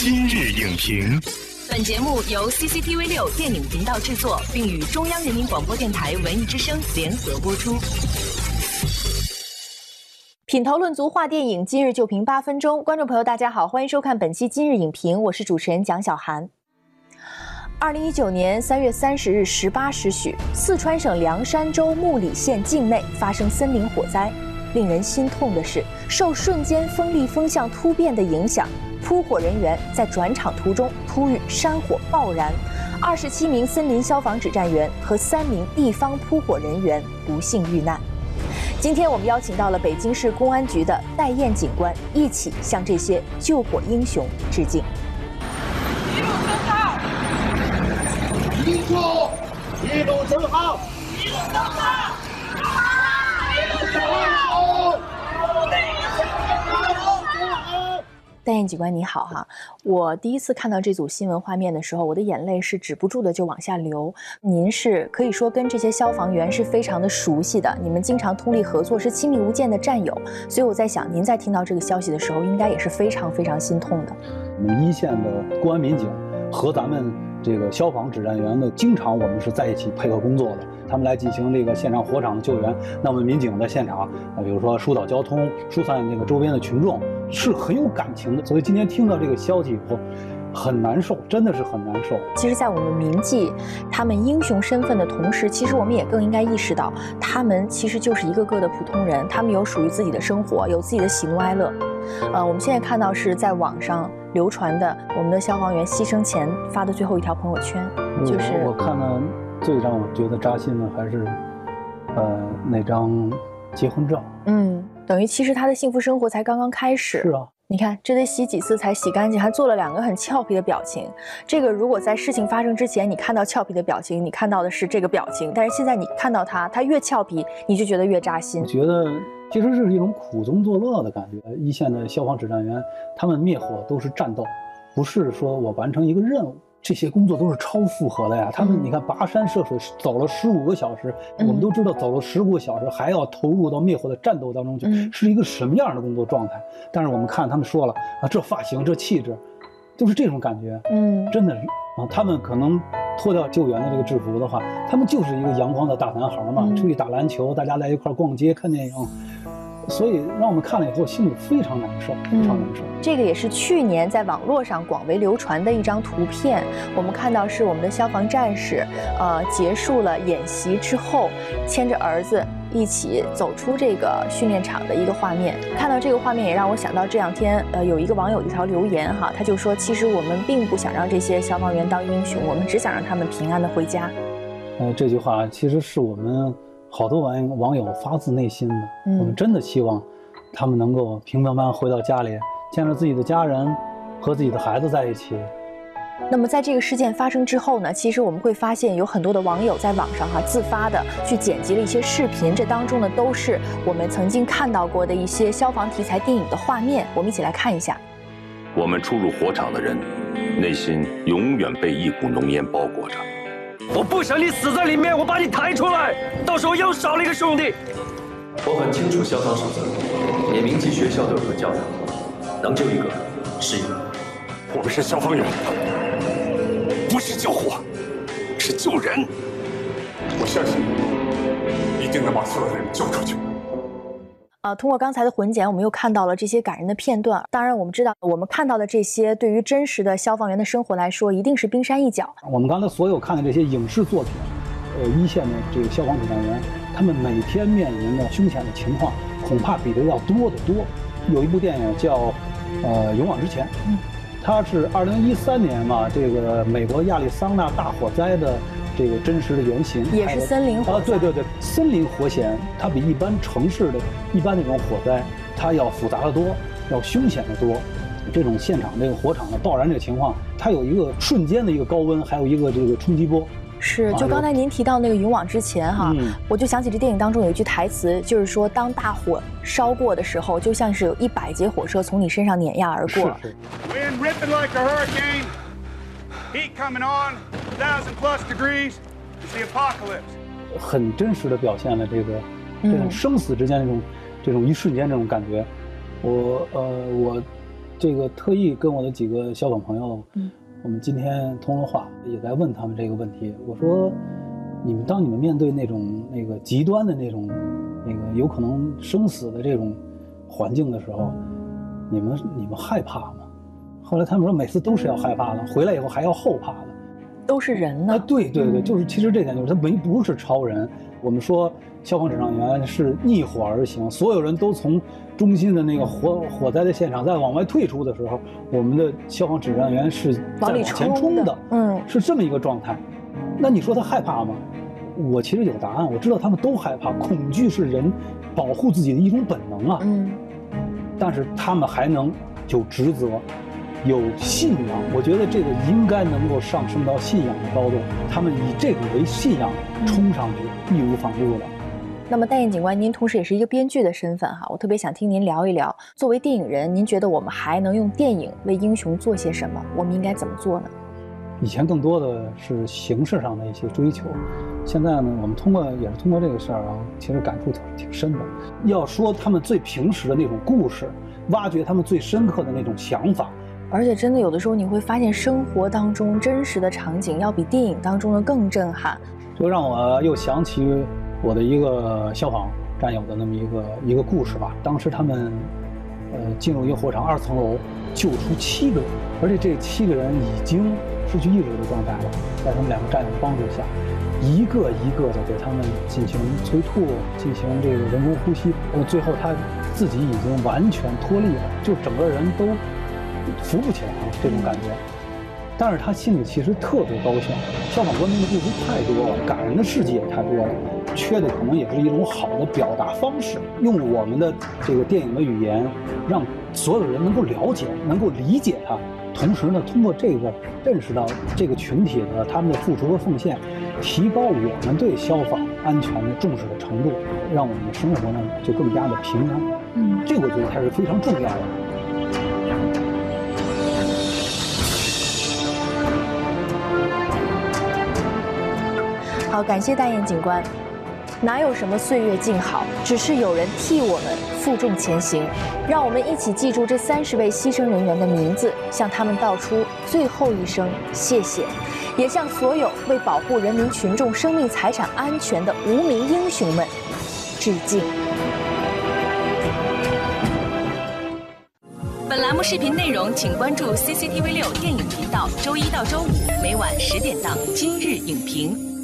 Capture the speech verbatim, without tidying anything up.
今日影评， 本节目由 C C T V 六电影频道制作，并与中央人民广播电台文艺之声联合播出。品头论足话电影，今日就评八分钟。观众朋友，大家好，欢迎收看本期今日影评，我是主持人蒋小涵。二零一九年三月三十日十八时许，四川省凉山州木里县境内发生森林火灾。令人心痛的是，受瞬间风力风向突变的影响，扑火人员在转场途中突遇山火爆燃，二十七名森林消防指战员和三名地方扑火人员不幸遇难。今天我们邀请到了北京市公安局的戴燕警官，一起向这些救火英雄致敬。 一路走好， 一路一路走好， 一路走好，一路走好。 戴燕警官你好哈，我第一次看到这组新闻画面的时候，我的眼泪是止不住的就往下流。您是可以说跟这些消防员是非常的熟悉的，你们经常通力合作，是亲密无间的战友，所以我在想，您在听到这个消息的时候，应该也是非常非常心痛的。 我们一线的公安民警和咱们这个消防指战员呢，经常我们是在一起配合工作的。他们来进行这个现场火场的救援，那么民警在现场啊，比如说疏导交通、疏散这个周边的群众，是很有感情的。所以今天听到这个消息以后，很难受，真的是很难受。 其实，在我们铭记他们英雄身份的同时，其实我们也更应该意识到，他们其实就是一个个的普通人，他们有属于自己的生活，有自己的喜怒哀乐。呃，我们现在看到是在网上流传的我们的消防员牺牲前发的最后一条朋友圈，就是我看了。最让我觉得扎心的还是，呃，那张结婚照。嗯， 等于其实他的幸福生活才刚刚开始。 是啊， 你看这得洗几次才洗干净，还做了两个很俏皮的表情。这个如果在事情发生之前，你看到俏皮的表情，你看到的是这个表情，但是现在你看到他，他越俏皮，你就觉得越扎心。 我觉得其实是一种苦中作乐的感觉。一线的消防指战员，他们灭火都是战斗，不是说我完成一个任务。这些工作都是超负荷的呀！他们你看，跋山涉水走了十五个小时，嗯、我们都知道走了十五个小时还要投入到灭火的战斗当中去，嗯、是一个什么样的工作状态？但是我们看他们说了啊，这发型、这气质，都是这种感觉。嗯，真的是啊，他们可能脱掉救援的这个制服的话，他们就是一个阳光的大男孩嘛，嗯、出去打篮球，大家在一块逛街、看电影。所以让我们看了以后心里非常难受，非常难受。 嗯、这个也是去年在网络上广为流传的一张图片。我们看到是我们的消防战士，呃，结束了演习之后，牵着儿子一起走出这个训练场的一个画面。看到这个画面，也让我想到这两天，呃，有一个网友一条留言哈，他就说，其实我们并不想让这些消防员当英雄，我们只想让他们平安的回家。 呃，这句话其实是我们。好多网网友发自内心的，嗯、我们真的希望他们能够平平安安回到家里，见着自己的家人和自己的孩子在一起。 那么在这个事件发生之后呢，其实我们会发现有很多的网友在网上哈、啊、自发的去剪辑了一些视频，这当中呢都是我们曾经看到过的一些消防题材电影的画面，我们一起来看一下。 我们初入火场的人，内心永远被一股浓烟包裹着。 我不想你死在里面，我把你抬出来，到时候又少了一个兄弟。 我很清楚消防守则，连民级学校都有个教导，能救一个是一个。 我们是消防员，不是救火，是救人。我相信一定能把所有的人救出去。 呃，通过刚才的混剪，我们又看到了这些感人的片段。当然，我们知道，我们看到的这些，对于真实的消防员的生活来说，一定是冰山一角。 我们刚才所有看的这些影视作品，呃，一线的这个消防指战员，他们每天面临的凶险的情况，恐怕比这要多得多。有一部电影叫呃《勇往直前》，嗯，它是二零一三年嘛，这个美国亚利桑那大火灾的。这个真实的原型也是森林火灾啊，对对对，森林火险它比一般城市的一般那种火灾，它要复杂的多，要凶险的多。这种现场这个火场的爆燃这个情况，它有一个瞬间的一个高温，还有一个这个冲击波。 是，就刚才您提到那个勇往直前哈，嗯、我就想起这电影当中有一句台词，就是说当大火烧过的时候，就像是有一百节火车从你身上碾压而过。 是是 Wind ripping like a hurricane, heat coming on, thousand plus degrees, it's the apocalypse. 很真实的表现了这个这种生死之间这种、嗯、这种一瞬间这种感觉。我呃我这个特意跟我的几个消防朋友，嗯，我们今天通了话，也在问他们这个问题。我说，你们当你们面对那种那个极端的那种那个有可能生死的这种环境的时候，你们你们害怕吗？后来他们说，每次都是要害怕的，回来以后还要后怕的。 都是人呢。 啊，对对对，就是其实这点就是他没不是超人。我们说消防指导员是逆火而行，所有人都从中心的那个火火灾的现场再往外退出的时候，我们的消防指导员是在往前冲的， 嗯， 是这么一个状态。那你说他害怕吗？我其实有答案，我知道他们都害怕，恐惧是人保护自己的一种本能啊。 嗯， 但是他们还能有职责。有信仰，我觉得这个应该能够上升到信仰的高度。他们以这个为信仰冲上去，义无反顾的。 那么，戴燕警官，您同时也是一个编剧的身份哈，我特别想听您聊一聊，作为电影人，您觉得我们还能用电影为英雄做些什么？我们应该怎么做呢？ 以前更多的是形式上的一些追求，现在呢，我们通过也是通过这个事儿啊，其实感触挺深的。要说他们最平时的那种故事，挖掘他们最深刻的那种想法。 而且真的有的时候你会发现生活当中真实的场景要比电影当中的更震撼， 这让我又想起我的一个消防战友的那么一个一个故事吧。当时他们呃进入一个火场二层楼，救出七个人，而且这七个人已经失去意识的状态了，在他们两个战友的帮助下，一个一个的给他们进行催吐，进行这个人工呼吸，呃最后他自己已经完全脱力了，就整个人都扶不起来了这种感觉，但是他心里其实特别高兴。消防官兵的故事太多了，感人的事迹也太多了，缺的可能也是一种好的表达方式，用我们的这个电影的语言，让所有人能够了解、能够理解它。同时呢，通过这个认识到这个群体的他们的付出和奉献，提高我们对消防安全的重视的程度，让我们的生活呢就更加的平安。嗯，这个我觉得才是非常重要的。 好，感谢戴燕警官。哪有什么岁月静好，只是有人替我们负重前行。让我们一起记住这三十位牺牲人员的名字，向他们道出最后一声谢谢，也向所有为保护人民群众生命财产安全的无名英雄们致敬。 本栏目视频内容，请关注 C C T V 六电影频道，周一到周五每晚十点档《今日影评》。